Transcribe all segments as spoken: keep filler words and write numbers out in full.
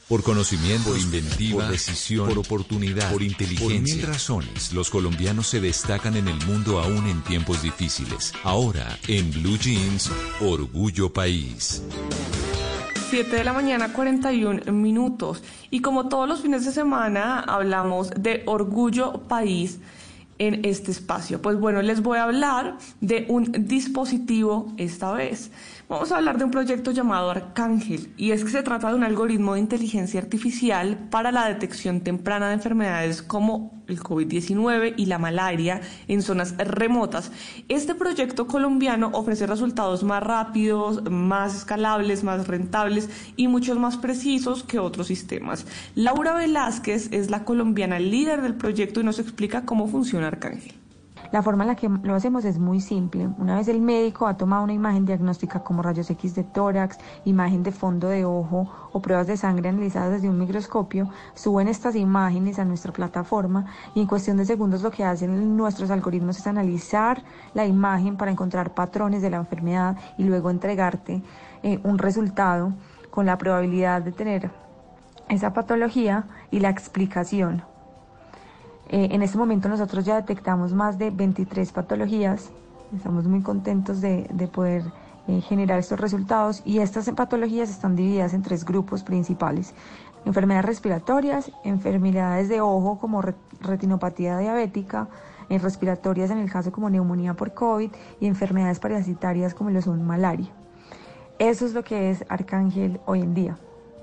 Por conocimiento, por inventiva, por decisión, por oportunidad, por inteligencia. Por mil razones, los colombianos se destacan en el mundo aún en tiempos difíciles. Ahora, en Blue Jeans, Orgullo País. siete de la mañana, cuarenta y un minutos. Y como todos los fines de semana, hablamos de Orgullo País en este espacio. Pues bueno, les voy a hablar de un dispositivo esta vez. Vamos a hablar de un proyecto llamado Arcángel, y es que se trata de un algoritmo de inteligencia artificial para la detección temprana de enfermedades como el COVID diecinueve y la malaria en zonas remotas. Este proyecto colombiano ofrece resultados más rápidos, más escalables, más rentables y muchos más precisos que otros sistemas. Laura Velázquez es la colombiana líder del proyecto y nos explica cómo funciona Arcángel. La forma en la que lo hacemos es muy simple. Una vez el médico ha tomado una imagen diagnóstica como rayos X de tórax, imagen de fondo de ojo o pruebas de sangre analizadas desde un microscopio, suben estas imágenes a nuestra plataforma y en cuestión de segundos lo que hacen nuestros algoritmos es analizar la imagen para encontrar patrones de la enfermedad y luego entregarte eh, un resultado con la probabilidad de tener esa patología y la explicación. Eh, en este momento nosotros ya detectamos más de veintitrés patologías, estamos muy contentos de, de poder eh, generar estos resultados, y estas patologías están divididas en tres grupos principales: enfermedades respiratorias, enfermedades de ojo como re- retinopatía diabética, en respiratorias en el caso como neumonía por COVID y enfermedades parasitarias como lo son malaria. Eso es lo que es Arcángel hoy en día.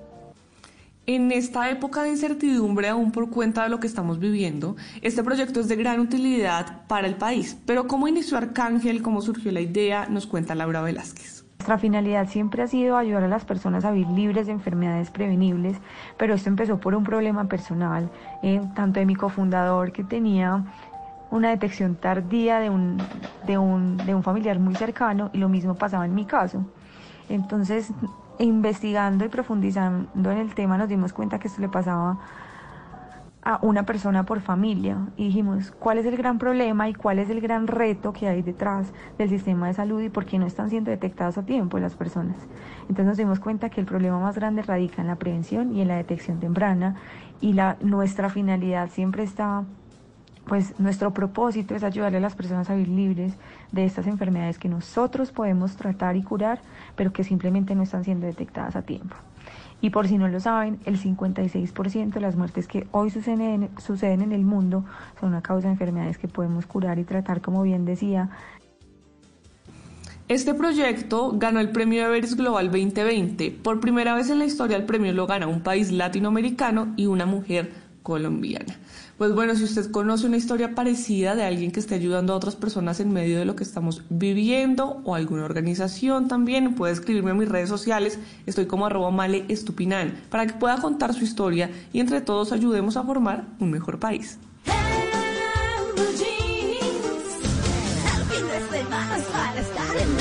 En esta época de incertidumbre, aún por cuenta de lo que estamos viviendo, este proyecto es de gran utilidad para el país. Pero ¿cómo inició Arcángel? ¿Cómo surgió la idea? Nos cuenta Laura Velázquez. Nuestra finalidad siempre ha sido ayudar a las personas a vivir libres de enfermedades prevenibles, pero esto empezó por un problema personal, eh, tanto de mi cofundador, que tenía una detección tardía de un, de un, de un familiar muy cercano, y lo mismo pasaba en mi caso. Entonces, investigando y profundizando en el tema, nos dimos cuenta que esto le pasaba a una persona por familia, y dijimos, ¿cuál es el gran problema y cuál es el gran reto que hay detrás del sistema de salud y por qué no están siendo detectadas a tiempo las personas? Entonces nos dimos cuenta que el problema más grande radica en la prevención y en la detección temprana, y la, nuestra finalidad siempre está, pues nuestro propósito es ayudarle a las personas a vivir libres de estas enfermedades que nosotros podemos tratar y curar, pero que simplemente no están siendo detectadas a tiempo. Y por si no lo saben, el cincuenta y seis por ciento de las muertes que hoy suceden, suceden en el mundo son a causa de enfermedades que podemos curar y tratar, como bien decía. Este proyecto ganó el premio Everest Global veinte veinte. Por primera vez en la historia el premio lo gana un país latinoamericano y una mujer colombiana. Pues bueno, si usted conoce una historia parecida de alguien que esté ayudando a otras personas en medio de lo que estamos viviendo, o alguna organización también, puede escribirme en mis redes sociales. Estoy como arroba male estupinan, para que pueda contar su historia y entre todos ayudemos a formar un mejor país. Blue jeans, el fin de semana es para estar en